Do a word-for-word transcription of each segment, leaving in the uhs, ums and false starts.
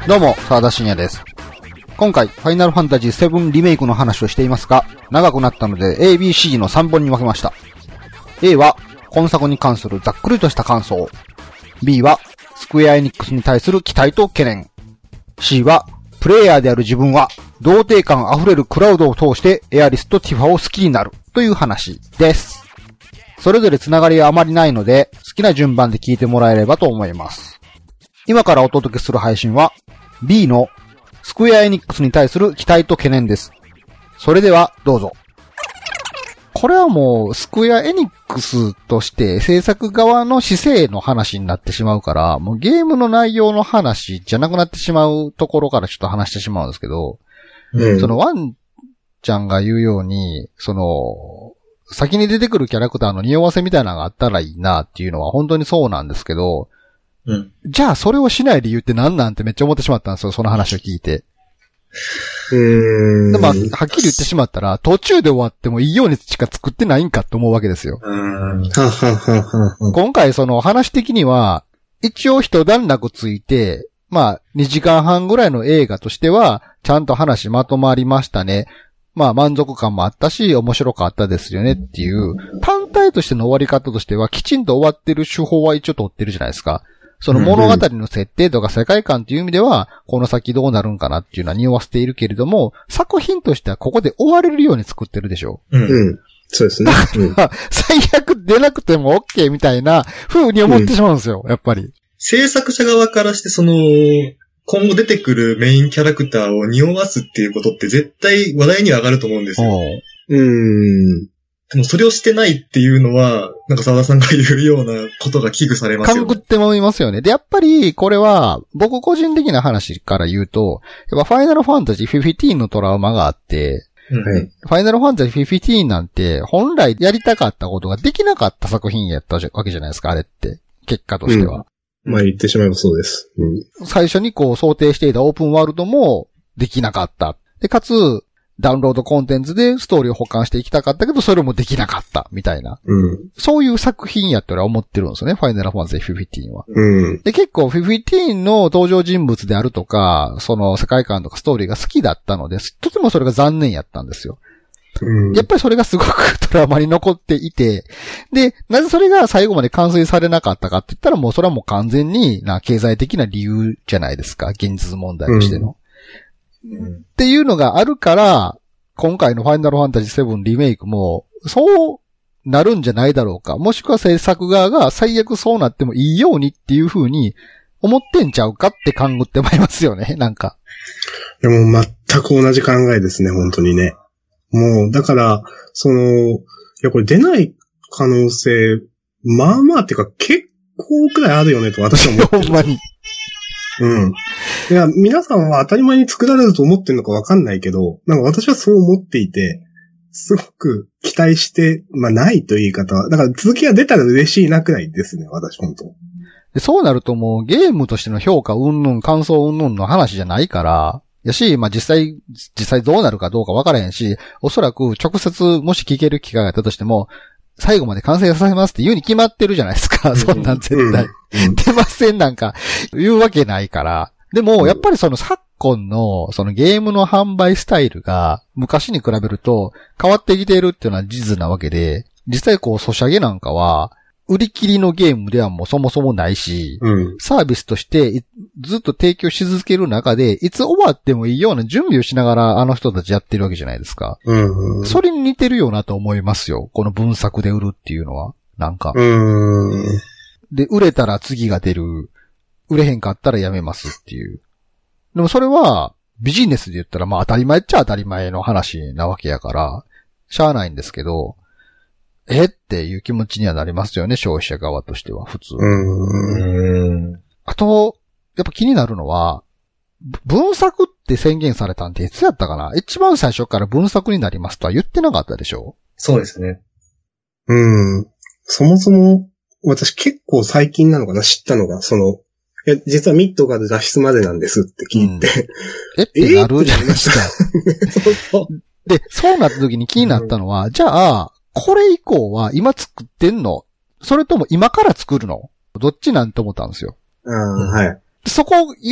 どうも、沢田信也です。今回、ファイナルファンタジーセブンリメイクの話をしていますが、長くなったので エービーシー のさんぼんに分けました。A は、今作に関するざっくりとした感想。B は、スクエアエニックスに対する期待と懸念。C は、プレイヤーである自分は、童貞感あふれるクラウドを通してエアリスとティファを好きになるという話です。それぞれつながりはあまりないので、好きな順番で聞いてもらえればと思います。今からお届けする配信は、B のスクエアエニックスに対する期待と懸念です。それではどうぞ。これはもうスクエアエニックスとして制作側の姿勢の話になってしまうから、もうゲームの内容の話じゃなくなってしまうところからちょっと話してしまうんですけど、うん、そのワンちゃんが言うように、その先に出てくるキャラクターの匂わせみたいなのがあったらいいなっていうのは本当にそうなんですけど、うん、じゃあそれをしない理由って何なんてめっちゃ思ってしまったんですよ、その話を聞いて。うーん。でまあ、はっきり言ってしまったら、途中で終わってもいいようにしか作ってないんかって思うわけですよ。うん今回その話的には、一応一段落ついて、まあ、にじかんはんぐらいの映画としては、ちゃんと話まとまりましたね。まあ、満足感もあったし、面白かったですよねっていう、単体としての終わり方としては、きちんと終わってる手法は一応取ってるじゃないですか。その物語の設定とか世界観という意味では、この先どうなるんかなっていうのは匂わせているけれども、作品としてはここで終われるように作ってるでしょ。 うん。うん、そうですね。 うん、最悪出なくても OK みたいな風に思ってしまうんですよ、うん、やっぱり。 制作者側からしてその、今後出てくるメインキャラクターを匂わすっていうことって絶対話題には上がると思うんですよ。うーん。でもそれをしてないっていうのは、なんか沢田さんが言うようなことが危惧されますよね。 勘ぐってもいますよね。で、やっぱり、これは、僕個人的な話から言うと、やっぱファイナルファンタジーじゅうごのトラウマがあって、うん、ファイナルファンタジーじゅうごなんて、本来やりたかったことができなかった作品やったわけじゃないですか、あれって。結果としては。 うん、まあ言ってしまえばそうです。 うん、最初にこう想定していたオープンワールドもできなかった。で、かつ、ダウンロードコンテンツでストーリーを保管していきたかったけど、それもできなかった、みたいな。うん。そういう作品やって俺は思ってるんですよね、ファイナルファンタジーじゅうごは。うん。で、結構じゅうごの登場人物であるとか、その世界観とかストーリーが好きだったので、とてもそれが残念やったんですよ。うん。やっぱりそれがすごくトラウマに残っていて、で、なぜそれが最後まで完遂されなかったかって言ったらもうそれはもう完全にな経済的な理由じゃないですか、現実問題としての。うんうん、っていうのがあるから、今回のファイナルファンタジーセブンリメイクも、そうなるんじゃないだろうか。もしくは制作側が最悪そうなってもいいようにっていう風に思ってんちゃうかって勘ぐってまいりますよね、なんか。 でも全く同じ考えですね、本当にね。もう、だから、その、いや、これ出ない可能性、まあまあっていうか結構くらいあるよねと私は思ってる。ほんまに。うん。いや、皆さんは当たり前に作られると思ってるのかわかんないけど、なんか私はそう思っていて、すごく期待して、まあないという言い方は、だから続きが出たら嬉しいなくらいですね、私本当。 でそうなるともうゲームとしての評価うんぬん、感想うんぬんの話じゃないから、やし、まあ実際、実際どうなるかどうかわからへんし、おそらく直接もし聞ける機会があったとしても、最後まで完成させますって言うに決まってるじゃないですか。うん、そんなん絶対。うん、出ませんなんか言うわけないから。でも、やっぱりその昨今のそのゲームの販売スタイルが昔に比べると変わってきているっていうのは事実なわけで、実際こうソシャゲなんかは売り切りのゲームではもうそもそもないし、うん、サービスとしてずっと提供し続ける中で、いつ終わってもいいような準備をしながらあの人たちやってるわけじゃないですか。うんうん、それに似てるよなと思いますよ。この分作で売るっていうのは。なんか。うん、で、売れたら次が出る。売れへんかったらやめますっていう。でもそれはビジネスで言ったらまあ当たり前っちゃ当たり前の話なわけやから、しゃあないんですけど、えっていう気持ちにはなりますよね、消費者側としては、普通。うーん。あと、やっぱ気になるのは、分作って宣言されたんっていつやったかな？一番最初から分作になりますとは言ってなかったでしょ？ そうですね。 うん。そもそも、私結構最近なのかな、知ったのが、その、いや、実はミッドから脱出までなんですって聞いて。 うん、えってなるじゃないですか。そうそう。で、そうなった時に気になったのは、うん、じゃあ、これ以降は今作ってんの？それとも今から作るの？どっちなんて思ったんですよ。 ああ、はい。 そこを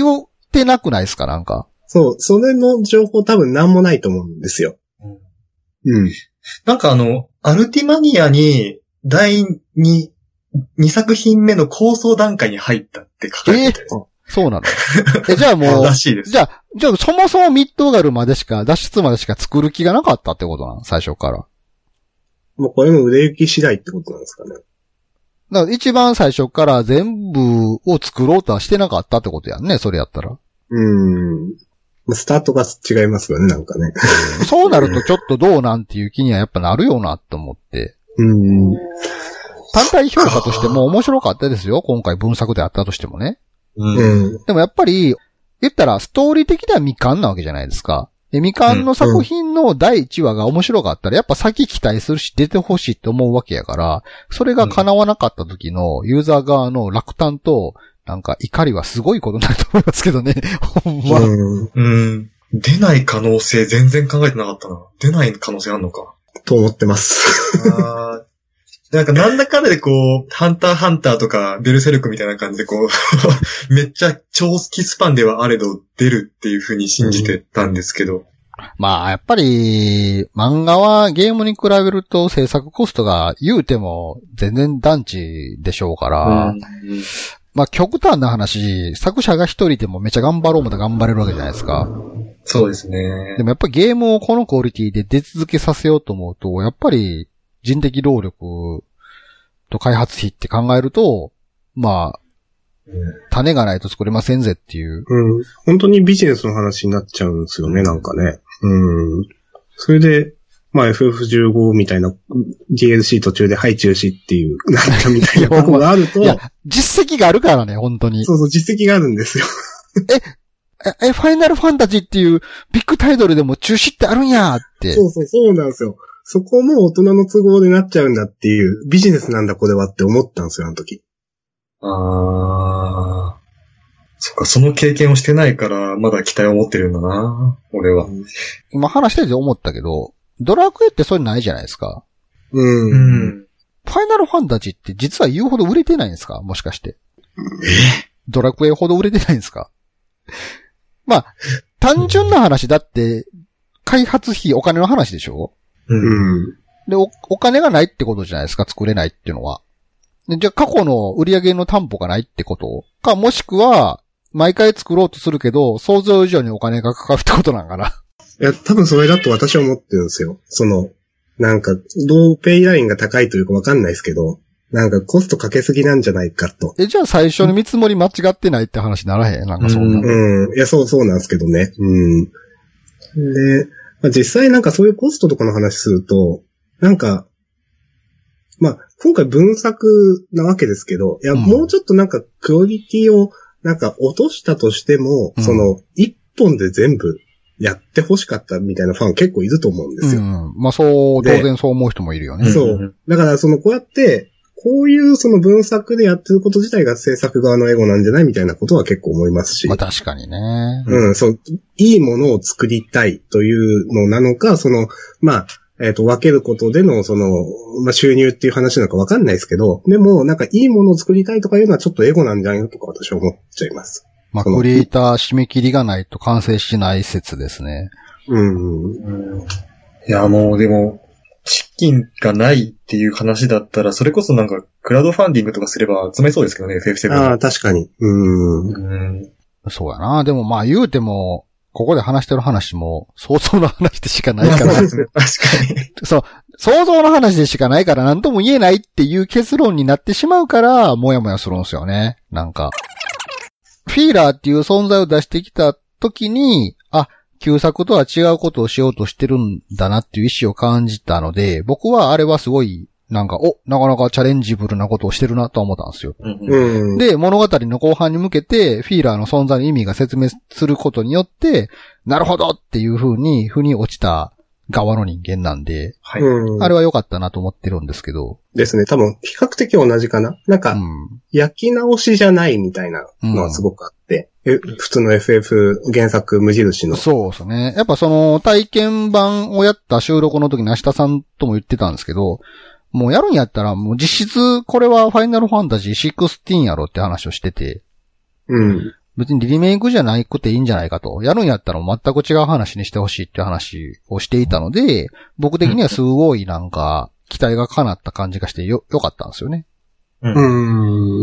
てなくないですかなんか。 そう、それの情報多分なんもないと思うんですよ。うん。 なんかあの、アルティマニアに、第二、二作品目の構想段階に入ったって書かれてて。 えー、そうなのえ、じゃあもう、 らしいです。 じゃあ、じゃあそもそもミッドガルまでしか、脱出までしか作る気がなかったってことなの最初から。 もうこれも売れ行き次第ってことなんですかね。 だから一番最初から全部を作ろうとはしてなかったってことやんね、それやったら。 うーん。スタートが違いますよね、なんかね。 そうなるとちょっとどうなんていう気にはやっぱなるよなと思って。 うん。 単体評価としても面白かったですよ、今回分作であったとしてもね。 うん。 でもやっぱり、言ったらストーリー的には未完なわけじゃないですか。で、未完の作品のだいいちわが面白かったら、やっぱ先期待するし出てほしいって思うわけやから、それが叶わなかった時のユーザー側の落胆と、なんか怒りはすごいことになると思いますけどね。ほんま。 うん。うん。出ない可能性全然考えてなかったな。出ない可能性あんのか。 と思ってます。 あなんかなんだかんだでこう、ハンターハンターとかベルセルクみたいな感じでこう、めっちゃ長期スパンではあれど出るっていう風に信じてたんですけど。うん、 まあやっぱり漫画はゲームに比べると制作コストが言うても全然団地でしょうから、うん、まあ極端な話、作者が一人でもめちゃ頑張ろうもと頑張れるわけじゃないですか。 そうですね。 でもやっぱりゲームをこのクオリティで出続けさせようと思うと、やっぱり人的労力と開発費って考えると、まあ、うん、種がないと作れませんぜっていう。 うん。本当にビジネスの話になっちゃうんですよね、なんかね。うん。それで、まあ エフエフじゅうご みたいな ディーエルシー 途中ではい中止っていう、なんかみたいなことがあると。 いや、実績があるからね、本当に。 そうそう、実績があるんですよ。 え、え、ファイナルファンタジーっていうビッグタイトルでも中止ってあるんやって。 そうそう、そうなんですよ。そこも大人の都合でなっちゃうんだっていう、ビジネスなんだこれはって思ったんですよ、あの時。 あー。そっか、その経験をしてないから、まだ期待を持ってるんだな、俺は。 今話してて思ったけど、ドラクエってそれないじゃないですか。 うん。 うん。ファイナルファンタジーって実は言うほど売れてないんですかもしかして。 えドラクエほど売れてないんですかまあ、単純な話だって、開発費お金の話でしょうん。 でお、お金がないってことじゃないですか、作れないっていうのは。でじゃあ過去の売り上げの担保がないってことか、もしくは、毎回作ろうとするけど、想像以上にお金がかかるってことなんかな。 いや、多分それだと私は思ってるんですよ。その、なんか、どうペイラインが高いというかわかんないですけど、なんかコストかけすぎなんじゃないかと。 え、じゃあ最初の見積もり間違ってないって話ならへんなんかそんな。 うん。いや、そうそうなんですけどね。うん。で、まあ、実際なんかそういうコストとかの話すると、なんか、まあ、今回分作なわけですけど、いや、うん、もうちょっとなんかクオリティをなんか落としたとしても、うん、その、一本で全部やって欲しかったみたいなファン結構いると思うんですよ。 うん、まあそう、当然そう思う人もいるよね。 そう。だからその、こうやって、こういうその分作でやってること自体が制作側のエゴなんじゃないみたいなことは結構思いますし。 まあ確かにね。 うん、そう、いいものを作りたいというのなのか、その、まあ、えっと、分けることでの、その、まあ、収入っていう話なのか分かんないですけど、でも、なんかいいものを作りたいとかいうのはちょっとエゴなんじゃないのとか私は思っちゃいます。 まあ、クリエイター締め切りがないと完成しない説ですね。 うん、うん。 いや、もうでも、資金がないっていう話だったら、それこそなんか、クラウドファンディングとかすれば集めそうですけどね、エフエフセブン。 ああ、確かに。うん。 うん。 そうやな。でもまあ言うても、ここで話してる話も、想像の話でしかないから。 そうですね、確かに。 そう。想像の話でしかないから何とも言えないっていう結論になってしまうから、もやもやするんですよね。なんか。フィーラーっていう存在を出してきた時に、あ、旧作とは違うことをしようとしてるんだなっていう意思を感じたので、僕はあれはすごい、なんか、お、なかなかチャレンジブルなことをしてるなと思ったんですよ。 うん、 で、物語の後半に向けて、フィーラーの存在の意味が説明することによって、なるほどっていう風に、腑に落ちた側の人間なんで、 はい、 あれは良かったなと思ってるんですけど。 ですね。多分、比較的同じかな。なんか、うん、焼き直しじゃないみたいなのはすごくあって、うん、え普通の エフエフ 原作無印の。 そうですね。やっぱその体験版をやった収録の時に明日さんとも言ってたんですけど、もうやるんやったら、もう実質、これはファイナルファンタジーじゅうろくやろって話をしてて。 うん。 別にリメイクじゃなくていいんじゃないかと。やるんやったら全く違う話にしてほしいっていう話をしていたので、僕的にはすごいなんか、期待が叶った感じがしてよ、よかったんですよね。 うん。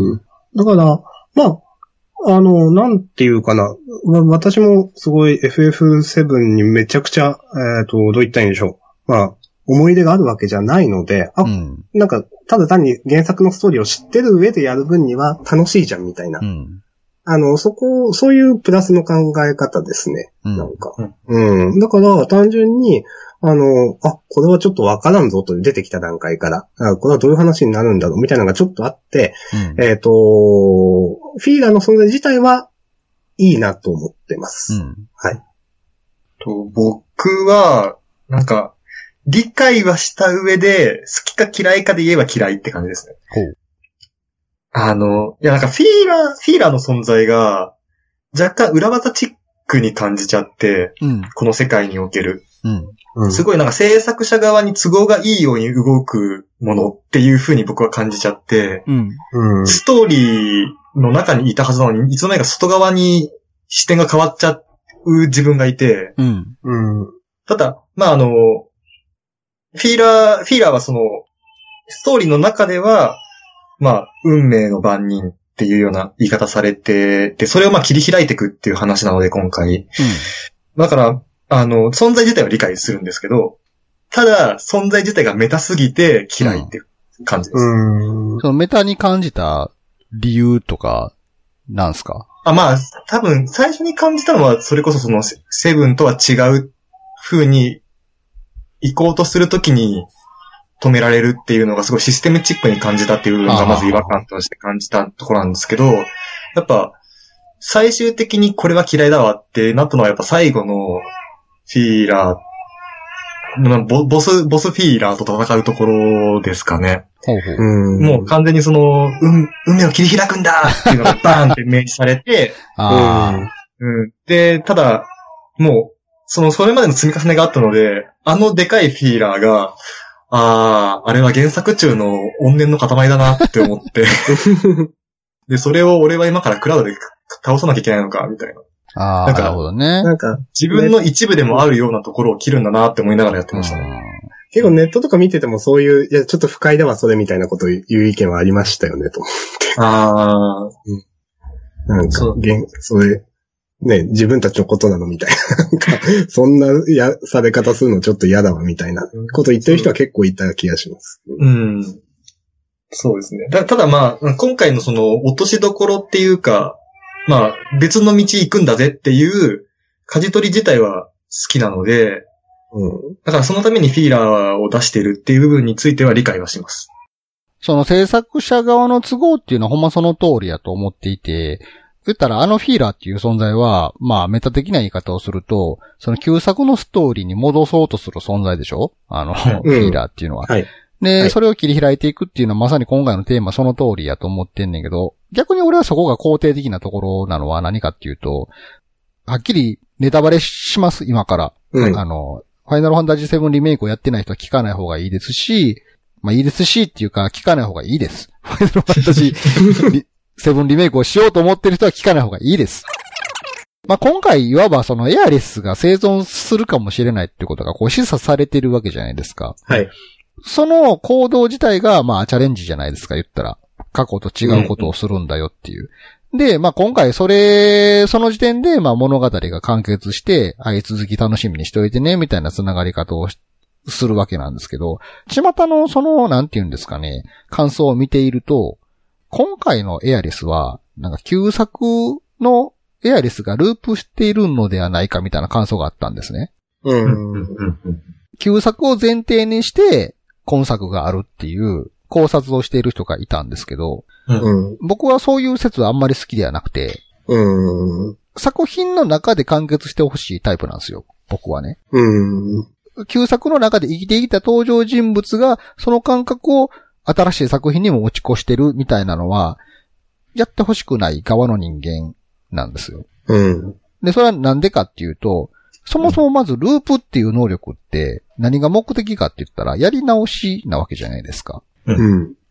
うん。だから、まあ、あの、なんていうかな。私もすごい エフエフセブン にめちゃくちゃ、えっと、どう言ったらいいんでしょう。まあ、思い出があるわけじゃないので、あ、うん、なんか、ただ単に原作のストーリーを知ってる上でやる分には楽しいじゃんみたいな。うん、あの、そこ、そういうプラスの考え方ですね。うん、なんか、うん。うん。だから、単純に、あの、あ、これはちょっとわからんぞと出てきた段階から、あ、これはどういう話になるんだろうみたいなのがちょっとあって、うん、えっと、フィーラーの存在自体はいいなと思ってます。うん、はい。 と、僕は、なんか、理解はした上で、好きか嫌いかで言えば嫌いって感じですね。ほう。あの、いやなんかフィーラー、フィーラーの存在が、若干裏技チックに感じちゃって、うん、この世界における。うん、すごいなんか制作者側に都合がいいように動くものっていう風に僕は感じちゃって、うん、ストーリーの中にいたはずなのに、いつの間にか外側に視点が変わっちゃう自分がいて、うんうん、ただ、まああの、フィーラー、フィーラーはその、ストーリーの中では、まあ、運命の番人っていうような言い方されて、で、それをまあ切り開いていくっていう話なので、今回。うん、だから、あの、存在自体は理解するんですけど、ただ、存在自体がメタすぎて嫌いっていう感じです。 うん、そのメタに感じた理由とか、なんすか？ あ、まあ、多分、最初に感じたのは、それこそその、セブンとは違う風に、行こうとするときに止められるっていうのがすごいシステムチックに感じたっていうのがまず違和感として感じたところなんですけど、やっぱ最終的にこれは嫌いだわってなったのはやっぱ最後のフィーラー、ボ, ボス、ボスフィーラーと戦うところですかね。ほうほう、もう完全にその、うん、運命を切り開くんだっていうのがバーンって明示されて、あうんうん、で、ただ、もう、その、それまでの積み重ねがあったので、あのでかいフィーラーが、ああ、あれは原作中の怨念の塊だなって思って。で、それを俺は今からクラウドで倒さなきゃいけないのか、みたいな。 ああ、なるほどね。 なんか、自分の一部でもあるようなところを切るんだなって思いながらやってましたね。 結構ネットとか見ててもそういう、いや、ちょっと不快だわ、それみたいなことを言う意見はありましたよね、と思って。ああ。うん。なんか、そうそれ、ね、自分たちのことなのみたいな。なんか、そんなや、され方するのちょっと嫌だわみたいなこと言ってる人は結構いた気がします。 うん。そうですね。だただまあ、今回のその落としどころっていうか、まあ、別の道行くんだぜっていう舵取り自体は好きなので、うん。だからそのためにフィーラーを出してるっていう部分については理解はします。 その制作者側の都合っていうのはほんまその通りやと思っていて、言ったらあのフィーラーっていう存在は、まあメタ的な言い方をすると、その旧作のストーリーに戻そうとする存在でしょ？あの、うん、フィーラーっていうのは。はい。で、はい、それを切り開いていくっていうのはまさに今回のテーマその通りやと思ってんねんけど、逆に俺はそこが肯定的なところなのは何かっていうと、はっきりネタバレします、今から。うん、あの、ファイナルファンタジーセブンリメイクをやってない人は聞かない方がいいですし、まあいいですしっていうか聞かない方がいいです。ファイナルファンタジーセブンリメイクをしようと思ってる人は聞かない方がいいです。まあ、今回いわばそのエアリスが生存するかもしれないってことがこう示唆されてるわけじゃないですか。はい。その行動自体がまあチャレンジじゃないですか、言ったら。過去と違うことをするんだよっていう。うん、で、まあ、今回それ、その時点でまあ物語が完結して、あい続き楽しみにしておいてね、みたいな繋がり方をするわけなんですけど、巷のその、なんて言うんですかね、感想を見ていると、今回のエアリスは、なんか旧作のエアリスがループしているのではないかみたいな感想があったんですね。うん。旧作を前提にして、今作があるっていう考察をしている人がいたんですけど、うん、僕はそういう説はあんまり好きではなくて、うん、作品の中で完結してほしいタイプなんですよ、僕はね。うん、旧作の中で生きていた登場人物が、その感覚を新しい作品にも持ち越してるみたいなのは、やってほしくない側の人間なんですよ。うん。で、それはなんでかっていうと、そもそもまずループっていう能力って何が目的かって言ったらやり直しなわけじゃないですか。うん。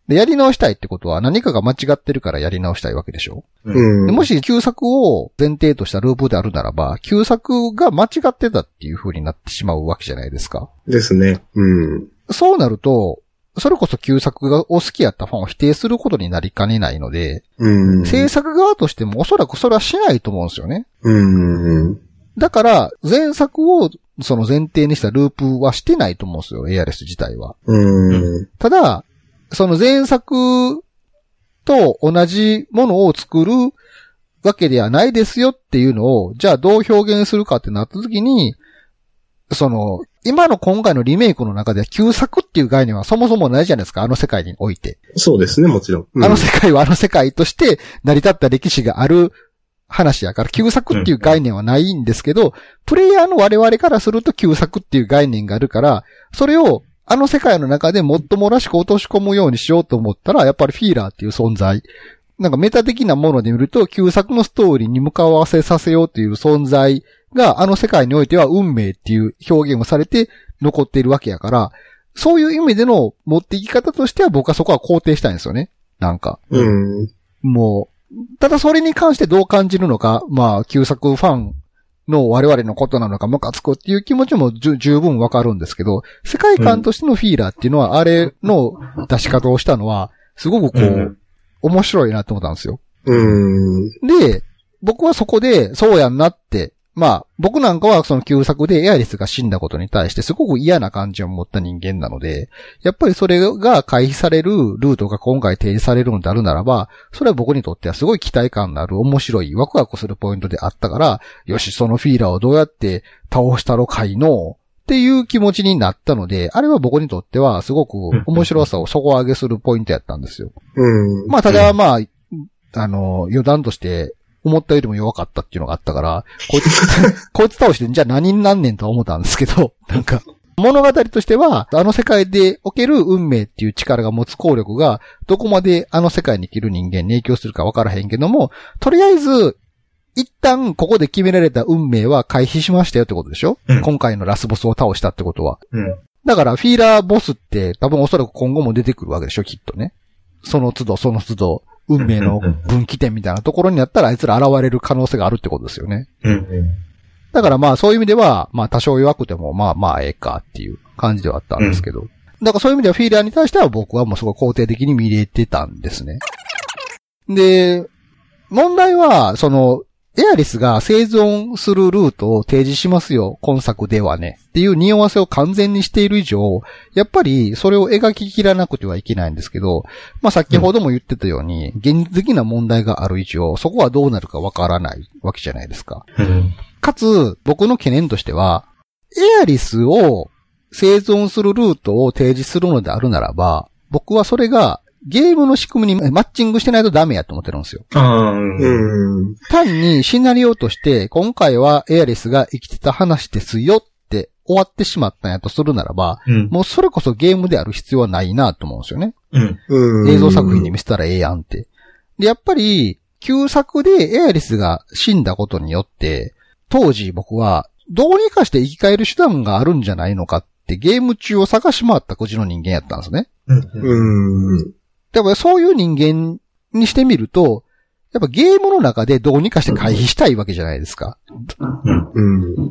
で、やり直したいってことは何かが間違ってるからやり直したいわけでしょ、 うん、 でもし旧作を前提としたループであるならば、旧作が間違ってたっていう風になってしまうわけじゃないですか。 ですね。うん。 そうなると、それこそ旧作がお好きやったファンを否定することになりかねないので、 うん、 制作側としてもおそらくそれはしないと思うんですよね。 うん、 だから、前作をその前提にしたループはしてないと思うんですよ、エアレス自体は。 うん、 ただ、その前作と同じものを作るわけではないですよっていうのを、じゃあどう表現するかってなった時に、その、今の今回のリメイクの中では旧作っていう概念はそもそもないじゃないですか、あの世界において。 そうですね、もちろん。うん、 あの世界はあの世界として成り立った歴史がある話やから、旧作っていう概念はないんですけど、プレイヤーの我々からすると旧作っていう概念があるから、それをあの世界の中でもっともらしく落とし込むようにしようと思ったら、やっぱりフィーラーっていう存在。なんかメタ的なもので見ると、旧作のストーリーに向かわせさせようという存在が、あの世界においては運命っていう表現をされて残っているわけやから、そういう意味での持っていき方としては僕はそこは肯定したいんですよね。なんか。 うん。 もう、ただそれに関してどう感じるのか、まあ、旧作ファンの我々のことなのかムカつくっていう気持ちも十分わかるんですけど、世界観としてのフィーラーっていうのは、あれの出し方をしたのは、すごくこう、うん、面白いなと思ったんですよ。 うん。 で、僕はそこで、そうやんなって、まあ、僕なんかはその旧作でエアリスが死んだことに対してすごく嫌な感じを持った人間なので、やっぱりそれが回避されるルートが今回提示されるのであるならば、それは僕にとってはすごい期待感のある面白いワクワクするポイントであったから、よし、そのフィーラーをどうやって倒したろかいのっていう気持ちになったので、あれは僕にとってはすごく面白さを底上げするポイントやったんですよ。 うん、 まあ、ただまあ、あの、余談として、思ったよりも弱かったっていうのがあったから、こいつ、こいつ倒してじゃあ何になんねんとは思ったんですけど、なんか、物語としては、あの世界でおける運命っていう力が持つ効力が、どこまであの世界に生きる人間に影響するか分からへんけども、とりあえず、一旦ここで決められた運命は回避しましたよってことでしょ、うん、今回のラスボスを倒したってことは。 うん、 だから、フィーラーボスって多分おそらく今後も出てくるわけでしょ、きっとね。その都度その都度。運命の分岐点みたいなところになったらあいつら現れる可能性があるってことですよね。 うんうん、 だからまあそういう意味では、まあ多少弱くてもまあまあええかっていう感じではあったんですけど。うん、だからそういう意味ではフィーラーに対しては僕はもうすごい肯定的に見れてたんですね。で、問題は、その、エアリスが生存するルートを提示しますよ、今作ではね。っていう匂わせを完全にしている以上、やっぱりそれを描ききらなくてはいけないんですけど、まあ先ほども言ってたように、現実的な問題がある以上、そこはどうなるかわからないわけじゃないですか。 うん、 かつ、僕の懸念としては、エアリスを生存するルートを提示するのであるならば、僕はそれが、ゲームの仕組みにマッチングしてないとダメやと思ってるんですよ。 あうん、 単にシナリオとして、今回はエアリスが生きてた話ですよって終わってしまったんやとするならば、 うん、 もうそれこそゲームである必要はないなと思うんですよね。 うん、 映像作品に見せたらええやんって。で、やっぱり、旧作でエアリスが死んだことによって、当時僕はどうにかして生き返る手段があるんじゃないのかってゲーム中を探し回った口の人間やったんですね。 うんうんやっぱそういう人間にしてみると、やっぱゲームの中でどうにかして回避したいわけじゃないですか。 うん、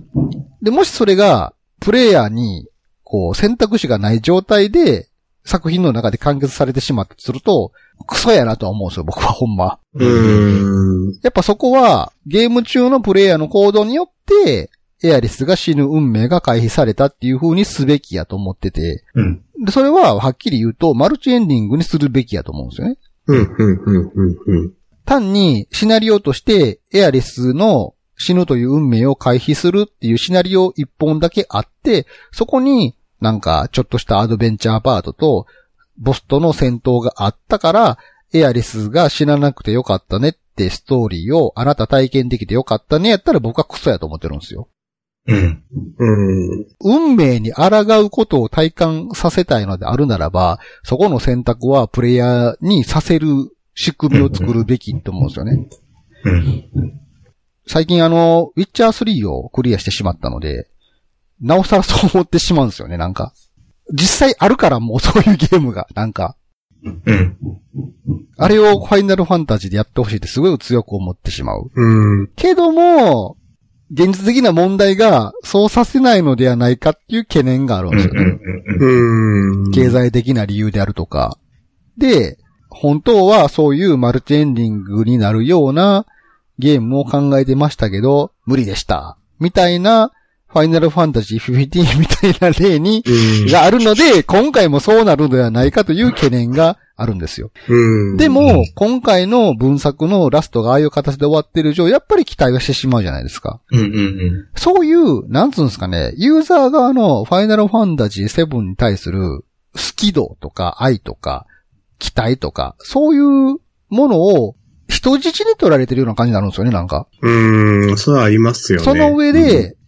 で、もしそれが、プレイヤーに、こう、選択肢がない状態で、作品の中で完結されてしまったとすると、クソやなとは思うんですよ、僕はほんま。 うんやっぱそこは、ゲーム中のプレイヤーの行動によって、エアリスが死ぬ運命が回避されたっていう風にすべきやと思ってて、 うん、 で、それははっきり言うと、マルチエンディングにするべきやと思うんですよね。 うんうんうんうん、 単にシナリオとしてエアリスの死ぬという運命を回避するっていうシナリオ一本だけあって、そこになんかちょっとしたアドベンチャーパートとボスとの戦闘があったから、エアリスが死ななくてよかったねってストーリーをあなた体験できてよかったねやったら僕はクソやと思ってるんですよ。 うんうん、 運命に抗うことを体感させたいのであるならば、そこの選択はプレイヤーにさせる仕組みを作るべきと思うんですよね。 うん、 最近あの、ウィッチャースリーをクリアしてしまったので、なおさらそう思ってしまうんですよね、なんか。実際あるからもうそういうゲームが、なんか。 うん。 あれをファイナルファンタジーでやってほしいってすごい強く思ってしまう。 うん。 けども、現実的な問題がそうさせないのではないかっていう懸念があるんですよね。 うん。 経済的な理由であるとか。で、本当はそういうマルチエンディングになるようなゲームを考えてましたけど、無理でした。みたいな、ファイナルファンタジーじゅうごみたいな例に、があるので、今回もそうなるのではないかという懸念があるんですよ。 うん、 でも、今回の分作のラストがああいう形で終わってる以上、やっぱり期待はしてしまうじゃないですか。 うんうんうん、 そういう、なんつうんですかね、ユーザー側のファイナルファンタジーセブンに対する好き度とか愛とか期待とか、そういうものを人質に取られてるような感じになるんですよね、なんか。 うーん、それはありますよね。 その上で、うん、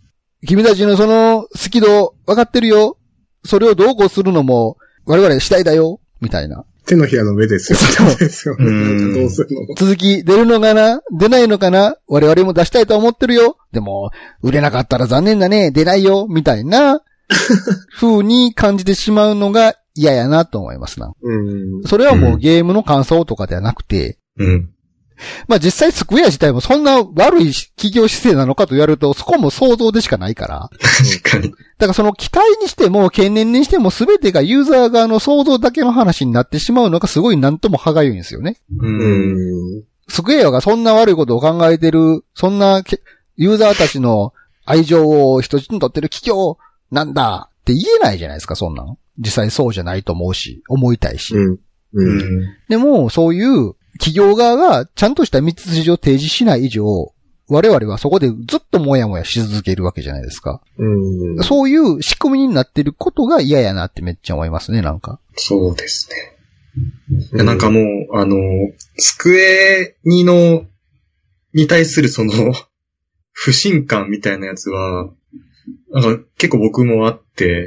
君たちのその好き度分かってるよ。それをどうこうするのも我々次第だよ。みたいな。 手のひらの上ですよ。そうですよね。 うんどうするの？ 続き出るのかな？出ないのかな？我々も出したいと思ってるよ。でも、売れなかったら残念だね。出ないよ。みたいな風に感じてしまうのが嫌やなと思いますな。 うん。 それはもうゲームの感想とかではなくて、 うん。 まあ実際スクエア自体もそんな悪い企業姿勢なのかと言われると、そこも想像でしかないから。 確かに。 だからその期待にしても懸念にしても全てがユーザー側の想像だけの話になってしまうのがすごいなんとも歯がゆいんですよね。 うん。 スクエアがそんな悪いことを考えてる、そんなユーザーたちの愛情を人質に取ってる企業なんだって言えないじゃないですか、そんなの。実際そうじゃないと思うし、思いたいし。 うん。うん。 でも、そういう企業側がちゃんとした道筋を提示しない以上、我々はそこでずっともやもやし続けるわけじゃないですか。 うん、 そういう仕組みになってることが嫌やなってめっちゃ思いますね、なんか。 そうですね。うん、なんかもう、あの、スクエニの、に対するその、不信感みたいなやつは、なんか結構僕もあって、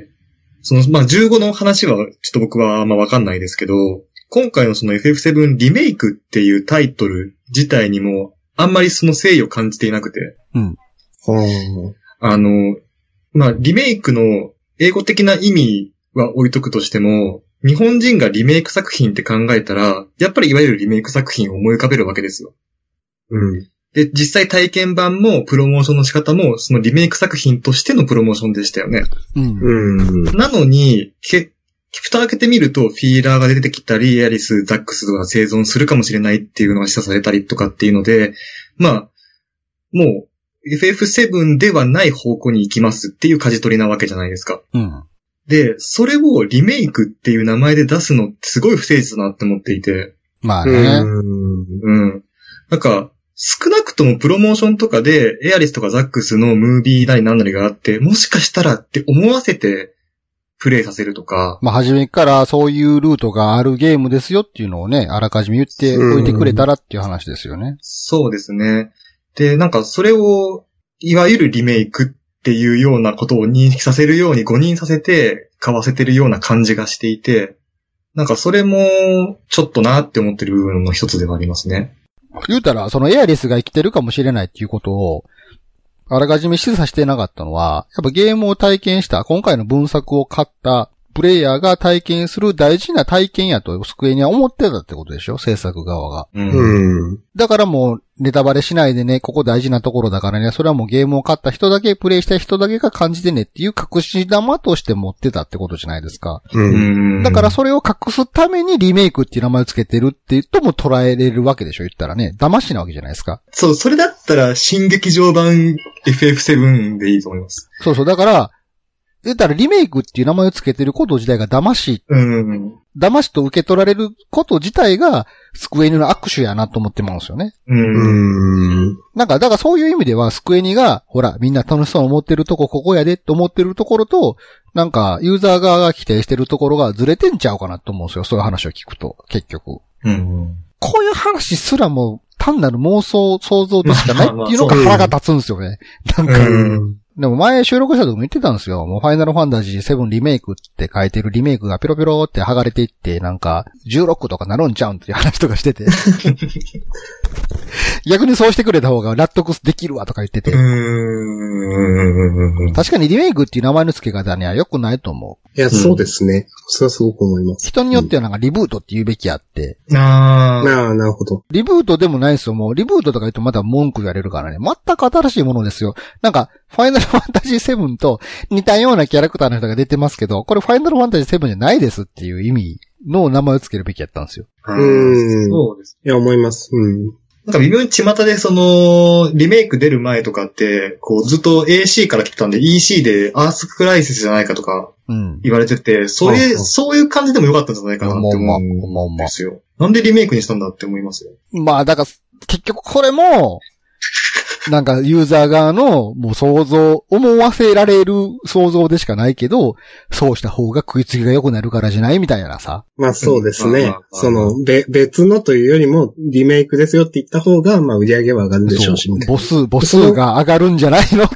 その、まあ、じゅうごの話はちょっと僕はあんまわかんないですけど、今回のその エフエフセブン リメイクっていうタイトル自体にもあんまりその誠意を感じていなくて。 うん。 あの、まあ、リメイクの英語的な意味は置いとくとしても、日本人がリメイク作品って考えたら、やっぱりいわゆるリメイク作品を思い浮かべるわけですよ。 うん。で、 実際体験版もプロモーションの仕方もそのリメイク作品としてのプロモーションでしたよね。 うん。 うん、 なのに、け蓋開けてみると、フィーラーが出てきたり、エアリス、ザックスが生存するかもしれないっていうのが示唆されたりとかっていうので、まあ、もう、エフエフセブン ではない方向に行きますっていう舵取りなわけじゃないですか。 うん。 で、それをリメイクっていう名前で出すのってすごい不誠実だなって思っていて。 まあね。 うん。 うん。なんか、少なくともプロモーションとかで、エアリスとかザックスのムービーなり何なりがあって、もしかしたらって思わせて、プレイさせるとか。 まあ、初めからそういうルートがあるゲームですよっていうのをね、あらかじめ言っておいてくれたらっていう話ですよね。 そうですね。で、なんかそれを、いわゆるリメイクっていうようなことを認識させるように誤認させて買わせてるような感じがしていて、なんかそれもちょっとなって思ってる部分の一つではありますね。 言うたら、そのエアリスが生きてるかもしれないっていうことを、あらかじめ示唆してなかったのは、やっぱゲームを体験した、今回の分作を買ったプレイヤーが体験する大事な体験やとスクエニは思ってたってことでしょ、制作側が。 うん。 うん。 だからもうネタバレしないでね、ここ大事なところだからね、それはもうゲームを買った人だけ、プレイした人だけが感じてねっていう隠し玉として持ってたってことじゃないですか。 うん。 だからそれを隠すためにリメイクっていう名前をつけてるって言っても捉えれるわけでしょ、言ったらね。騙しなわけじゃないですか。 そう、それだったら新劇場版 エフエフセブン でいいと思います。 そうそう、だから、言ったらリメイクっていう名前をつけてること自体が騙し、 うん。 騙しと受け取られること自体がスクエニの握手やなと思ってまうんですよね。 うん。 うん。 なんか、だからそういう意味ではスクエニが、ほら、みんな楽しそうに思ってるとこここやでって思ってるところと、なんか、ユーザー側が規定してるところがずれてんちゃうかなと思うんですよ。そういう話を聞くと、結局。 うん。 こういう話すらも単なる妄想、想像でしかないっていうのが腹が立つんですよね。なんか、 うん。 でも前収録した時も言ってたんですよ。もうファイナルファンタジーセブンリメイクって書いてるリメイクがピロピロって剥がれていって、なんかじゅうろくとかなるんちゃうんっていう話とかしてて。逆にそうしてくれた方が納得できるわとか言ってて。うーん確かにリメイクっていう名前の付け方には良くないと思う。いや、そうですね。それはすごく思います。 人によってはなんかリブートって言うべきやって。 うん、ああ。なるほど。 リブートでもないですよ。もうリブートとか言うとまた文句言われるからね。全く新しいものですよ。なんか、ファイナルファンタジーセブンと似たようなキャラクターの人が出てますけど、これファイナルファンタジーセブンじゃないですっていう意味の名前をつけるべきやったんですよ。 うん。そうです。いや、思います。うん。 なんか微妙に巷でその、リメイク出る前とかって、こうずっと エーシー から来てたんで イーシー でアースクライシスじゃないかとか言われてて、うん、それ、うん、そういう感じでもよかったんじゃないかなって思うんですよ。なんでリメイクにしたんだって思いますよ。 まあ、だから、結局これも、なんかユーザー側のもう想像、思わせられる想像でしかないけど、そうした方が食いつきが良くなるからじゃないみたいなさ。 まあそうですね。その、べ、別のというよりもリメイクですよって言った方が、まあ売り上げは上がるでしょうし。 母数、母数が上がるんじゃないのって。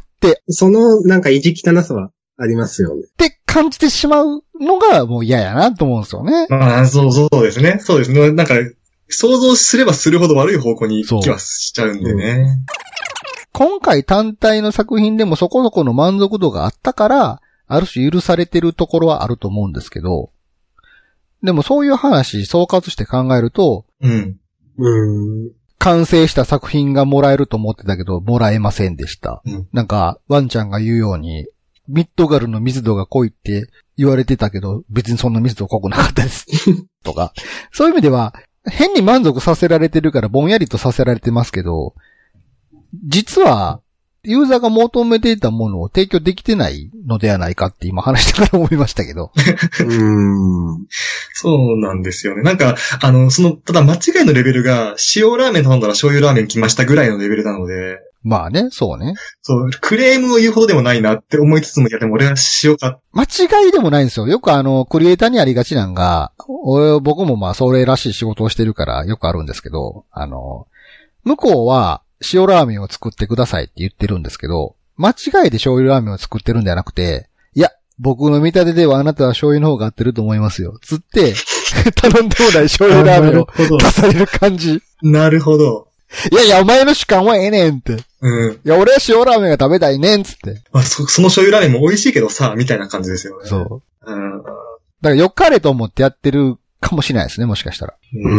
その、なんか意地汚さはありますよね。 って感じてしまうのがもう嫌やなと思うんですよね。 まあ、そうそうですね。そうですね。なんか、想像すればするほど悪い方向に気はしちゃうんでね。 今回単体の作品でもそこそこの満足度があったから、ある種許されてるところはあると思うんですけど、でもそういう話総括して考えると、 うん。 うん。 完成した作品がもらえると思ってたけど、もらえませんでした。 うん、 なんか、ワンちゃんが言うように、ミッドガルの密度が濃いって言われてたけど、別にそんな密度濃くなかったです。とか。そういう意味では、変に満足させられてるからぼんやりとさせられてますけど、実は、ユーザーが求めていたものを提供できてないのではないかって今話してから思いましたけど。 うーん。 そうなんですよね。なんか、あの、その、ただ間違いのレベルが、塩ラーメン頼んだら醤油ラーメン来ましたぐらいのレベルなので。 まあね、そうね。 そう、クレームを言うほどでもないなって思いつつも、いやでも俺は塩か。 間違いでもないんですよ。よくあの、クリエイターにありがちなんが、俺、僕もまあ、それらしい仕事をしてるからよくあるんですけど、あの、向こうは、塩ラーメンを作ってくださいって言ってるんですけど、間違いで醤油ラーメンを作ってるんではなくて、いや、僕の見立てではあなたは醤油の方が合ってると思いますよ。つって、頼んでもない醤油ラーメンを出される感じ。 なるほど。 いやいや、お前の主観はええねんって。 うん。 いや、俺は塩ラーメンが食べたいねんつって。 まあ、そ、その醤油ラーメンも美味しいけどさ、みたいな感じですよね。 そう。 うん。 だから良かれと思ってやってるかもしれないですね、もしかしたら。 うん。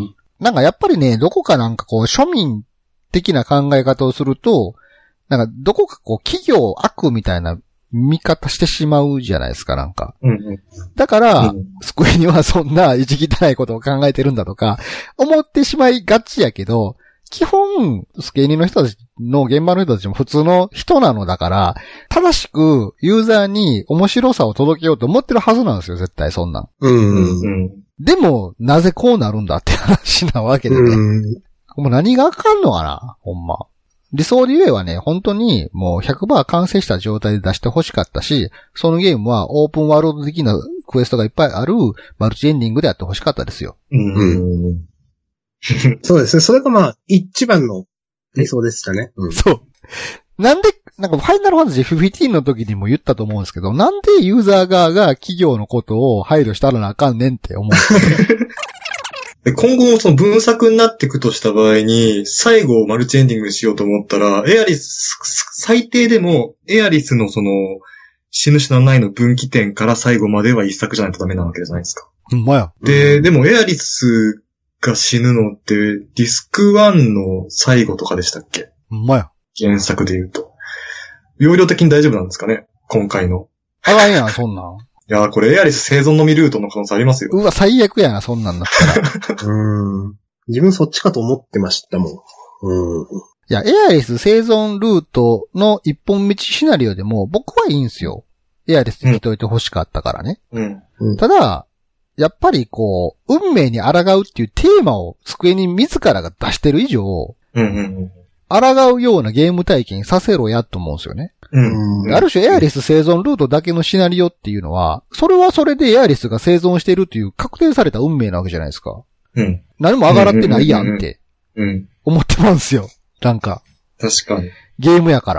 なんかやっぱりね、どこかなんかこう、庶民的な考え方をすると、なんかどこかこう、企業悪みたいな見方してしまうじゃないですか、なんか。 うんうん、 だから、 うん、 スクエニはそんな意地汚いことを考えてるんだとか、思ってしまいがちやけど、基本、スケニの人たちの現場の人たちも普通の人なのだから、正しくユーザーに面白さを届けようと思ってるはずなんですよ、絶対そんなん。 うんうん、 でも、なぜこうなるんだって話なわけでね。うん、もう何があかんのかな、ほんま。理想で言えばね、本当にもう ひゃくパーセント 完成した状態で出して欲しかったし、そのゲームはオープンワールド的なクエストがいっぱいあるマルチエンディングでやって欲しかったですよ。 うん。そうですね。それがまあ、一番の理想でしたね。 うん、そう。なんで、なんかファイナルファンタジーじゅうごの時にも言ったと思うんですけど、なんでユーザー側が企業のことを配慮したらなあかんねんって思うんですよ。 今後もその分作になっていくとした場合に、最後をマルチエンディングにしようと思ったら、エアリス、最低でも、エアリスのその、死ぬ死なないの分岐点から最後までは一作じゃないとダメなわけじゃないですか。 ほんまや。 で、でもエアリスが死ぬのって、ディスクワンの最後とかでしたっけ？ ほんまや。 原作で言うと。容量的に大丈夫なんですかね？今回の。 あらんやん、そんなん。 いやー、これエアリス生存のみルートの可能性ありますよ。 うわ、最悪やな、そんなんだったら。 うん。自分そっちかと思ってましたもん。うん。いや、エアリス生存ルートの一本道シナリオでも僕はいいんすよ。エアリスにといて欲しかったからね。 うん。 うん、 ただ、やっぱりこう、運命に抗うっていうテーマを机に自らが出してる以上、 うんうんうん。 抗うようなゲーム体験させろやと思うんですよね。 うん、 ある種エアリス生存ルートだけのシナリオっていうのは、それはそれでエアリスが生存しているという確定された運命なわけじゃないですか。 うん。 何も上がらってないやんって、 うん。 思ってますよ。なんか。 確かに。 ゲームやから。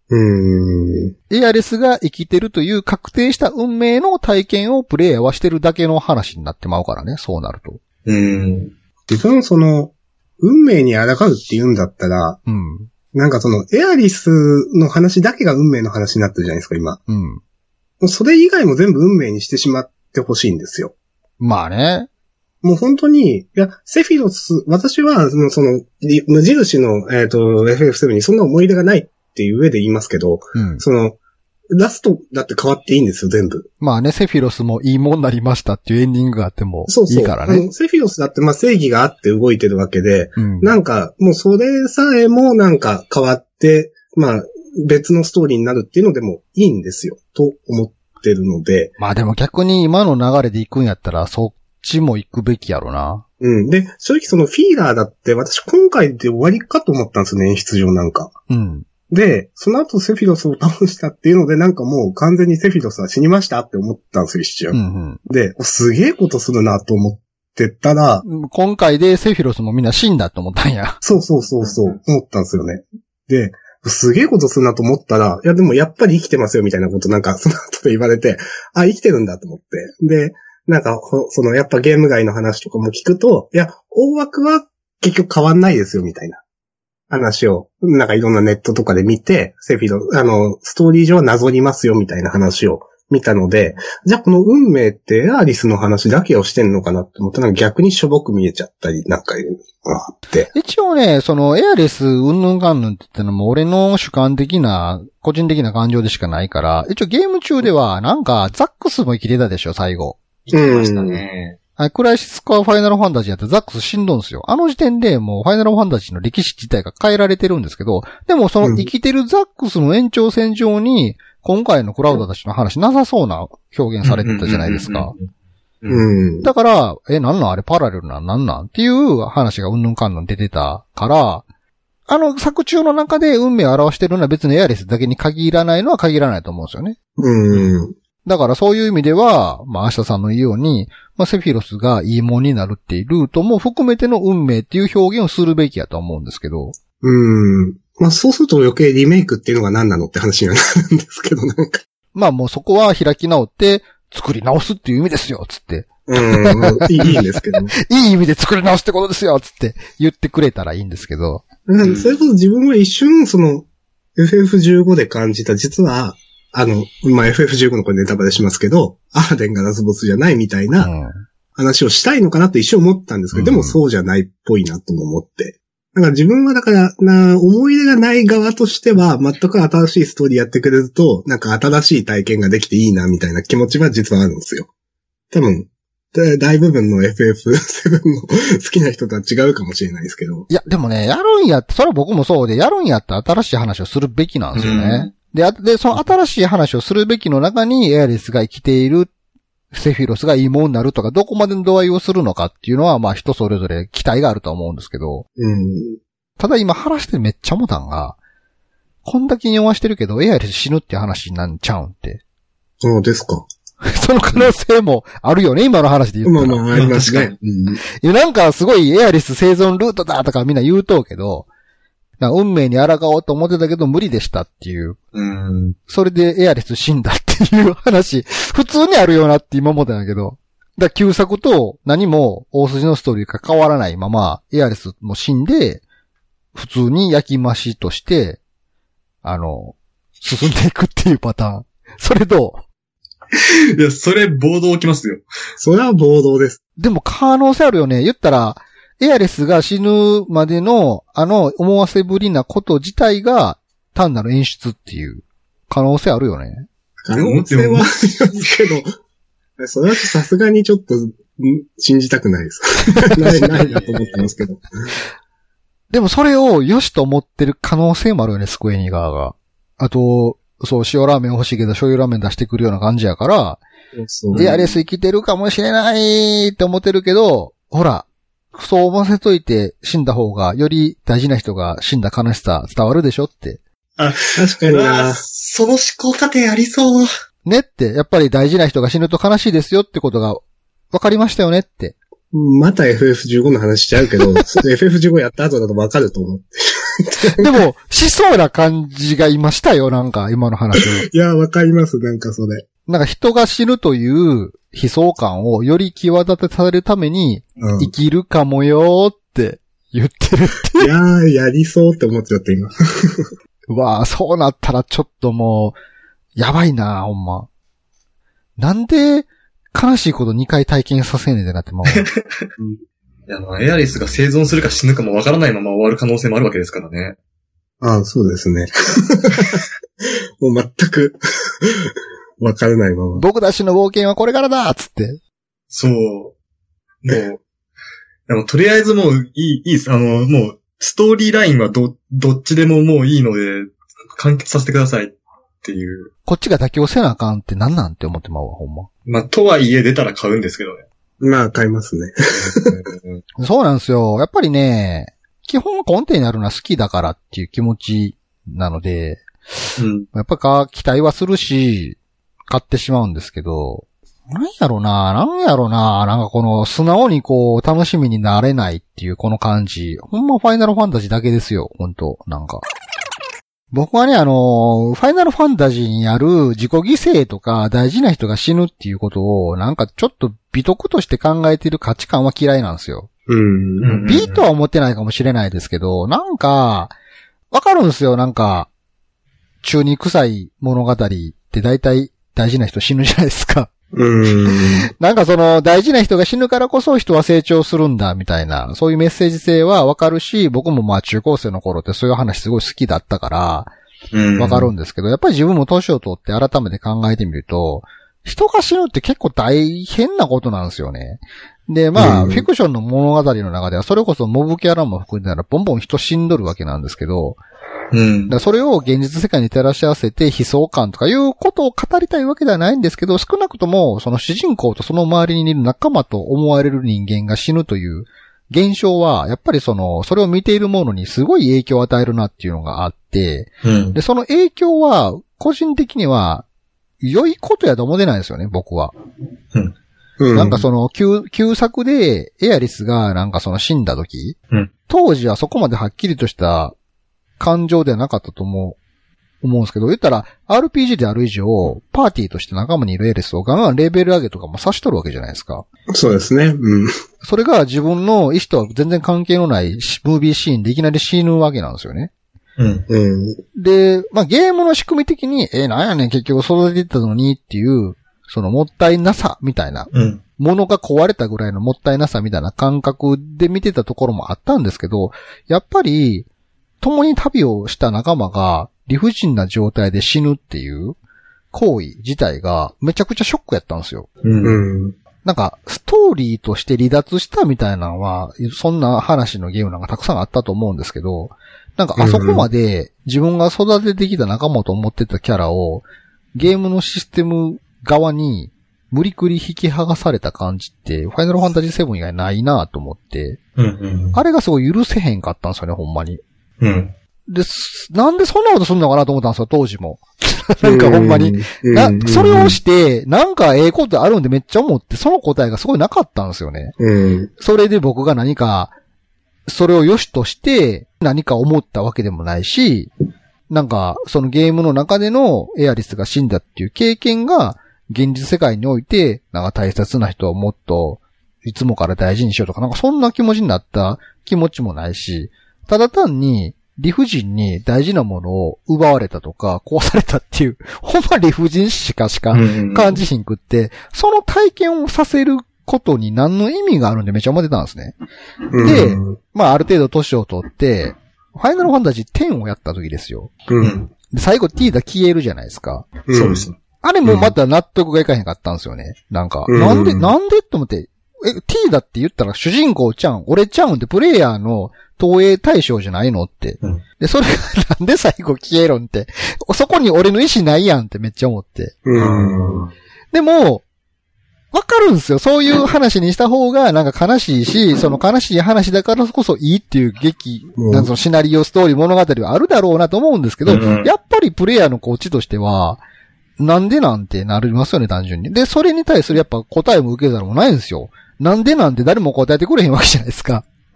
うーん。 エアレスが生きてるという確定した運命の体験をプレイヤーはしてるだけの話になってまうからね、そうなると。 うん。 自分その、運命に抗うって言うんだったら、 うん。 なんかその、エアリスの話だけが運命の話になってるじゃないですか、今。 うん。 もうそれ以外も全部運命にしてしまってほしいんですよ。 まあね。 もう本当に、いや、セフィロス、私は、その、その無印の、えっと、エフエフセブン にそんな思い出がないっていう上で言いますけど、 うん。 その、ラストだって変わっていいんですよ、全部。 まあね、セフィロスもいいもんになりましたっていうエンディングがあってもいいからね。 そうそう。あの、セフィロスだってまあ正義があって動いてるわけで、 うん、 なんか、もうそれさえもなんか変わって、まあ、別のストーリーになるっていうのでもいいんですよ、と思ってるので。 まあでも逆に今の流れで行くんやったら、そっちも行くべきやろな。 うん。で、正直そのフィーラーだって私今回で終わりかと思ったんですよね、演出上なんか。 うん。 で、その後セフィロスを倒したっていうので、なんかもう完全にセフィロスは死にましたって思ったんですよ、一瞬。 うんうん、 で、すげえことするなと思ってたら、 今回でセフィロスもみんな死んだと思ったんや。 そうそうそうそう、思ったんですよね。で、すげえことするなと思ったら、いやでもやっぱり生きてますよみたいなことなんかその後で言われて、あ、生きてるんだと思って。で、なんか、そのやっぱゲーム外の話とかも聞くと、いや、大枠は結局変わんないですよみたいな。話を、なんかいろんなネットとかで見て、セフィロ、あの、ストーリー上はなぞりますよみたいな話を見たので、じゃあこの運命ってエアリスの話だけをしてんのかなって思ったら逆にしょぼく見えちゃったりなんかいうのがあって。 一応ね、そのエアリスうんぬんかんぬんって言ったのも俺の主観的な、個人的な感情でしかないから、一応ゲーム中ではなんかザックスも生きてたでしょ、最後。 生きてましたね。 クライシスコアファイナルファンタジーやってザックス死んどんすよ。あの時点でもうファイナルファンタジーの歴史自体が変えられてるんですけど、でもその生きてるザックスの延長線上に、今回のクラウドたちの話なさそうな表現されてたじゃないですか。だから、え、なんなんあれパラレルなんなんなんっていう話がうんぬんかんぬん出てたから、あの作中の中で運命を表してるのは別にエアレスだけに限らないのは限らないと思うんですよね。 うん。 だからそういう意味では、まあ、明日さんの言うように、まあ、セフィロスがいいもんになるっていうルートも含めての運命っていう表現をするべきやと思うんですけど。 うん。まあ、そうすると余計リメイクっていうのが何なのって話にはなるんですけど、なんか。 まあもうそこは開き直って作り直すっていう意味ですよ、つって。 うん、いいんですけど、ね。 いい意味で作り直すってことですよ、つって言ってくれたらいいんですけど。 うん、それこそ自分は一瞬、その、エフエフじゅうご で感じた、実は、あの、まあ、エフエフじゅうご のこれネタバレしますけど、アーデンがラスボスじゃないみたいな話をしたいのかなって一瞬思ったんですけど、うん、でもそうじゃないっぽいなとも思って。だから自分はだからな、思い出がない側としては、全く新しいストーリーやってくれると、なんか新しい体験ができていいなみたいな気持ちは実はあるんですよ。多分、大部分の エフエフセブン の好きな人とは違うかもしれないですけど。 いや、でもね、やるんやって、それは僕もそうで、やるんやったら新しい話をするべきなんですよね。うんで、で、その新しい話をするべきの中にエアリスが生きている、セフィロスがいいものになるとか、どこまでの度合いをするのかっていうのは、まあ人それぞれ期待があると思うんですけど。 うん、 ただ今話してめっちゃ思たんが、こんだけ弱してるけど、エアリス死ぬっていう話になんちゃうんって。 そうですか。 その可能性もあるよね、今の話で言ったら。 まあまあ、ありますね。うん、 いや、なんかすごいエアリス生存ルートだとかみんな言うとうけど、なんか運命に抗おうと思ってたけど無理でしたっていう。 うん。 それでエアリス死んだっていう話、普通にあるよなって今思ったんだけど。だから旧作と何も大筋のストーリーが変わらないまま、エアリスも死んで、普通に焼き増しとして、あの、進んでいくっていうパターン。それどう？いや、それ暴動起きますよ。 それは暴動です。 でも可能性あるよね。言ったら、エアレスが死ぬまでの、あの、思わせぶりなこと自体が、単なる演出っていう可能性あるよね。 可能性はありますけど、それはさすがにちょっと、信じたくないです。ない、ないなと思ってますけど。 でもそれを良しと思ってる可能性もあるよね、スクエニ側が。あと、そう、塩ラーメン欲しいけど醤油ラーメン出してくるような感じやから、 そうエアレス生きてるかもしれないって思ってるけど、ほら、そう思わせといて死んだ方が、より大事な人が死んだ悲しさ伝わるでしょって。 あ、確かにな。 その思考過程ありそう。 ねって、やっぱり大事な人が死ぬと悲しいですよってことが分かりましたよねって。 また エフエフじゅうご の話しちゃうけど、エフエフじゅうご やった後だと分かると思って。 でも、しそうな感じがいましたよ、なんか、今の話を。 いや、わかります、なんかそれ。 なんか人が死ぬという悲壮感をより際立てさせるために、うん、生きるかもよーって言ってるって。 いやー、やりそうって思っちゃった、今。 うわー、そうなったらちょっともう、やばいなー、ほんま。なんで、悲しいことにかい体験させんねんってなってもう。 うん、いや、まあ、エアリスが生存するか死ぬかもわからないまま終わる可能性もあるわけですからね。 ああ、そうですね。もう全く、わからないまま。 僕たちの冒険はこれからだっつって。 そう。もう、でもとりあえずもういい、いいです。あの、もう、ストーリーラインはど、どっちでももういいので、完結させてくださいっていう。 こっちが妥協せなあかんってなんなんって思ってまうわ、ほんま。 まあ、とはいえ出たら買うんですけどね。 まあ、買いますね。 そうなんですよ。やっぱりね、基本は根底にあるのは好きだからっていう気持ちなので、うん、やっぱか期待はするし、買ってしまうんですけど、なんやろな、なんやろな、なんかこの素直にこう楽しみになれないっていうこの感じ、ほんまファイナルファンタジーだけですよ、ほんと、なんか。僕はね、あの、ファイナルファンタジーにある自己犠牲とか大事な人が死ぬっていうことを、なんかちょっと美徳として考えてる価値観は嫌いなんですよ。 うん。 美とは思ってないかもしれないですけど、なんか、わかるんですよ、なんか、中に臭い物語って大体大事な人死ぬじゃないですか。 うん。 なんかその大事な人が死ぬからこそ人は成長するんだみたいな、そういうメッセージ性はわかるし、僕もまあ中高生の頃ってそういう話すごい好きだったから、わかるんですけど、やっぱり自分も年を取って改めて考えてみると、人が死ぬって結構大変なことなんですよね。で、まあ、フィクションの物語の中ではそれこそモブキャラも含んでたらボンボン人死んどるわけなんですけど、 うん。 だそれを現実世界に照らし合わせて悲壮感とかいうことを語りたいわけではないんですけど、少なくともその主人公とその周りにいる仲間と思われる人間が死ぬという現象は、やっぱりその、それを見ている者にすごい影響を与えるなっていうのがあって、 うん、 で、その影響は、個人的には、良いことやと思ってないんですよね、僕は。 うんうん、なんかその、旧、旧作で、エアリスがなんかその死んだ時、 うん、 当時はそこまではっきりとした感情ではなかったと思う、思うんですけど、言ったら、アールピージー である以上、パーティーとして仲間にいるエアリスをガンガンレベル上げとかもさしとるわけじゃないですか。 そうですね。うん。 それが自分の意思とは全然関係のないムービーシーンでいきなり死ぬわけなんですよね。 うん。うん。 で、まあ、ゲームの仕組み的に、えー、なんやねん結局育ててたのにっていう、そのもったいなさみたいな、 うん、 ものが壊れたぐらいのもったいなさみたいな感覚で見てたところもあったんですけど、やっぱり、共に旅をした仲間が理不尽な状態で死ぬっていう行為自体がめちゃくちゃショックやったんですよ。 うん。 なんか、ストーリーとして離脱したみたいなのは、そんな話のゲームなんかたくさんあったと思うんですけど、なんかあそこまで自分が育ててきた仲間と思ってたキャラを、ゲームのシステム側に無理くり引き剥がされた感じって、ファイナルファンタジーセブン以外ないなと思って、 うんうん、 あれがすごい許せへんかったんですよね、ほんまに。 うん。 で、なんでそんなことすんのかなと思ったんですよ、当時も。なんかほんまに。な、それをして、なんかええことあるんでめっちゃ思って、その答えがすごいなかったんですよね。 うん。 それで僕が何か、それを良しとして何か思ったわけでもないし、なんか、そのゲームの中でのエアリスが死んだっていう経験が、現実世界において、なんか大切な人をもっと、いつもから大事にしようとか、なんかそんな気持ちになった気持ちもないし、ただ単に、理不尽に大事なものを奪われたとか、壊されたっていう、ほんま理不尽しかしか感じひんくって、その体験をさせることに何の意味があるんでめっちゃ思ってたんですね。で、まあある程度年を取って、ファイナルファンタジーテンをやった時ですよ。 うん、 で最後ティーダ消えるじゃないですか。 うん、そうです。 あれもまた納得がいかへんかったんですよね。なんか、うん、なんで、なんでと思って、え、ティーダって言ったら主人公ちゃうん、俺ちゃうんってプレイヤーの投影対象じゃないのって。 うん、 で、それがなんで最後消えろんって。そこに俺の意思ないやんってめっちゃ思って。 うん、 でも、わかるんですよ。そういう話にした方がなんか悲しいし、その悲しい話だからこそいいっていう劇、うん、なんかそのシナリオ、ストーリー、物語はあるだろうなと思うんですけど、うん、やっぱりプレイヤーのこっちとしては、なんでなんてなりますよね、単純に。で、それに対するやっぱ答えも受けざるもないんですよ。なんでなんて誰も答えてくれへんわけじゃないですか。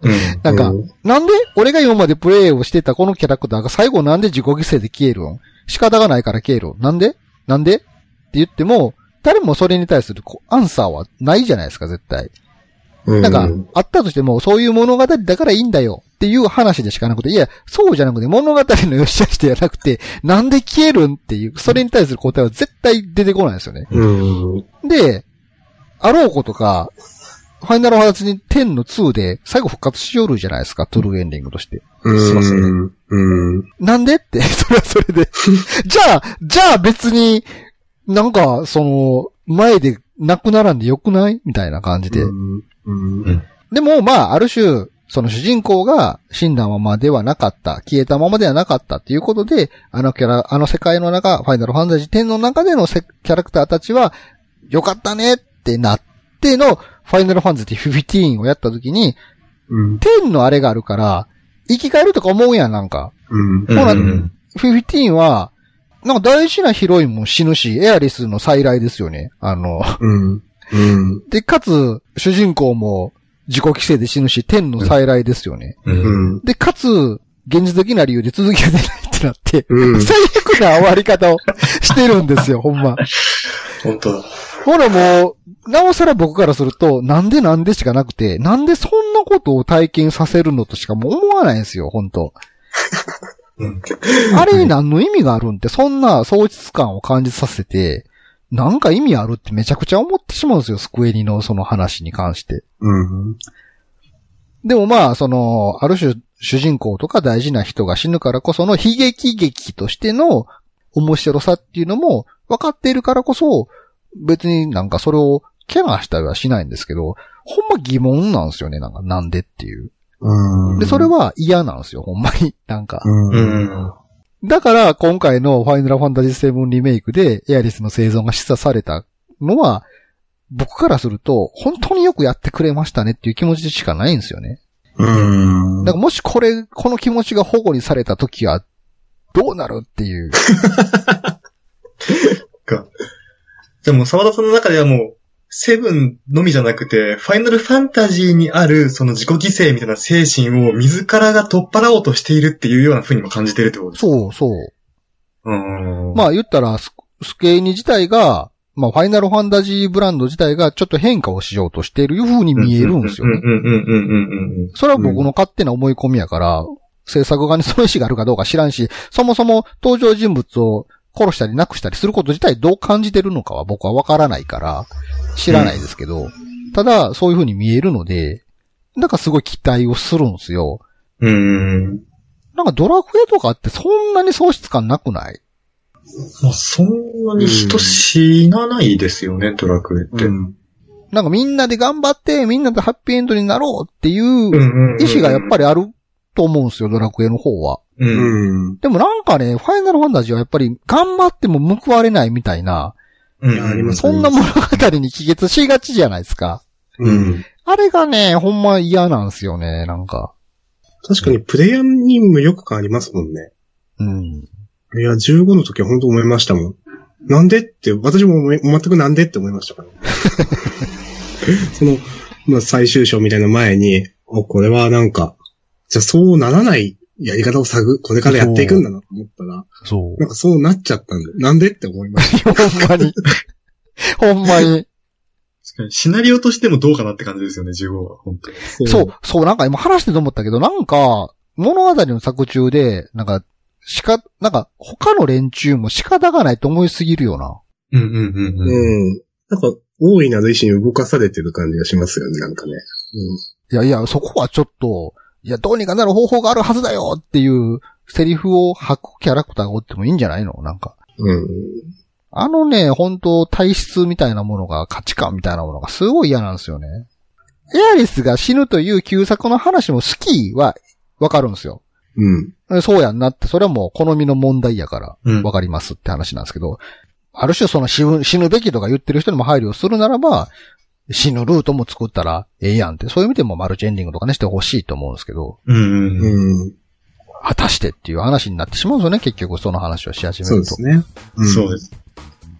うん、 なんか、うん、なんで俺が今までプレイをしてたこのキャラクターが最後なんで自己犠牲で消えるん？仕方がないから消える。なんでなんでって言っても、誰もそれに対するアンサーはないじゃないですか、絶対。うん、なんか、あったとしても、そういう物語だからいいんだよっていう話でしかなくて、いや、そうじゃなくて物語の良し悪しじゃなくて、なんで消えるんっていう、それに対する答えは絶対出てこないですよね。うん、で、あろうことか、ファイナルファンタジーテンのツーで最後復活しよるじゃないですか、トゥルーエンディングとして。 うん。 しますよね。うん。なんでって、それはそれで。じゃあ、じゃあ別に、なんか、その、前でなくならんでよくないみたいな感じで。うんうん、でも、まあ、ある種、その主人公が死んだままではなかった、消えたままではなかったっていうことで、あのキャラ、あの世界の中、ファイナルファンタジーテンの中でのキャラクターたちは、よかったねってなっての、ファイナルファンタジーじゅうごをやった時に、うん、テンのあれがあるから、生き返るとか思うやん、なんか。うん。ほら、うん、じゅうごは、なんか大事なヒロインも死ぬし、エアリスの再来ですよね。あの、うんうん、で、かつ、主人公も自己犠牲で死ぬし、天の再来ですよね。うん、で、かつ、現実的な理由で続きが出ないってなって、うん、最悪な終わり方をしてるんですよ、ほんま。 本当だ。 ほらもう、なおさら僕からすると、なんでなんでしかなくて、なんでそんなことを体験させるのとしかもう思わないんですよ、ほんと。あれに何の意味があるんって、そんな喪失感を感じさせて、なんか意味あるってめちゃくちゃ思ってしまうんですよ、スクエニのその話に関して。うん、でもまあ、その、ある種主人公とか大事な人が死ぬからこその悲劇劇としての面白さっていうのも分かっているからこそ、別になんかそれをケアしたりはしないんですけど、ほんま疑問なんですよね、なんかなんでっていう。うん、で、それは嫌なんですよ、ほんまに。なんか。うんだから今回のファイナルファンタジーセブンリメイクでエアリスの生存が示唆されたのは僕からすると本当によくやってくれましたねっていう気持ちでしかないんですよね。うーん。だからもしこれ、この気持ちが保護にされた時はどうなるっていう。 か。でも沢田さんの中ではもうセブンのみじゃなくて、ファイナルファンタジーにあるその自己犠牲みたいな精神を自らが取っ払おうとしているっていうような風にも感じてるってことですか？ そうそう。うーんまあ言ったらス、スケーニ自体が、まあファイナルファンタジーブランド自体がちょっと変化をしようとしている風に見えるんですよね。それは僕の勝手な思い込みやから、制作側にその意思があるかどうか知らんし、そもそも登場人物を殺したりなくしたりすること自体どう感じてるのかは僕はわからないから、知らないですけど、うん、ただそういう風に見えるので、なんかすごい期待をするんですよ。うーん。なんかドラクエとかってそんなに喪失感なくない？ まあそんなに人死なないですよね、うん、ドラクエって、うん。 なんかみんなで頑張って、みんなでハッピーエンドになろうっていう意志がやっぱりあると思うんですよ、ドラクエの方は。うん、でもなんかね、ファイナルファンタジーはやっぱり頑張っても報われないみたいな、うん、ありますね、そんな物語に帰結しがちじゃないですか。うん、あれがね、ほんま嫌なんですよね、なんか。 確かにプレイヤーに無力感ありますもんね。うん。いや、じゅうごの時は本当思いましたもん。なんでって、私も全くなんでって思いましたから。その、まあ、最終章みたいな前に、お、これはなんか、じゃあそうならないやり方を探、これからやっていくんだなと思ったら、そう。なんかそうなっちゃったんで、なんでって思いました。 ほんまに。ほんまに。 確かに、シナリオとしてもどうかなって感じですよね、じゅうごは。本当に。 そう、そう、なんか今話してと思ったけど、なんか、物語の作中で、なんか、しか、なんか、他の連中も仕方がないと思いすぎるよな。 うんうんうんうん。うん。なんか、大いなる意志に動かされてる感じがしますよね、なんかね。 うん。いやいや、そこはちょっと、いや、どうにかなる方法があるはずだよっていうセリフを吐くキャラクターがおってもいいんじゃないのなんか。うん。あのね、本当体質みたいなものが、価値観みたいなものがすごい嫌なんですよね。エアリスが死ぬという旧作の話も好きはわかるんですよ。うん。そうやんなって、それはもう好みの問題やから、わかりますって話なんですけど、うん、ある種その死ぬ、死ぬべきとか言ってる人にも配慮するならば、死ぬルートも作ったらええやんって、そういう意味でもマルチエンディングとかねしてほしいと思うんですけど、うんうん、果たしてっていう話になってしまうんですよね、結局その話をし始めると。 そうですね。 うん、そうです。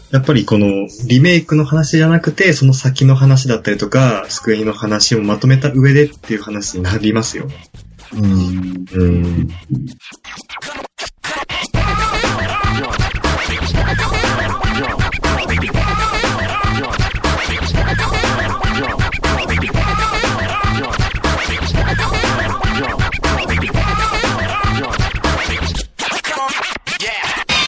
やっぱりこのリメイクの話じゃなくて、その先の話だったりとか、スクエニの話をまとめた上でっていう話になりますよ。 うん。うん。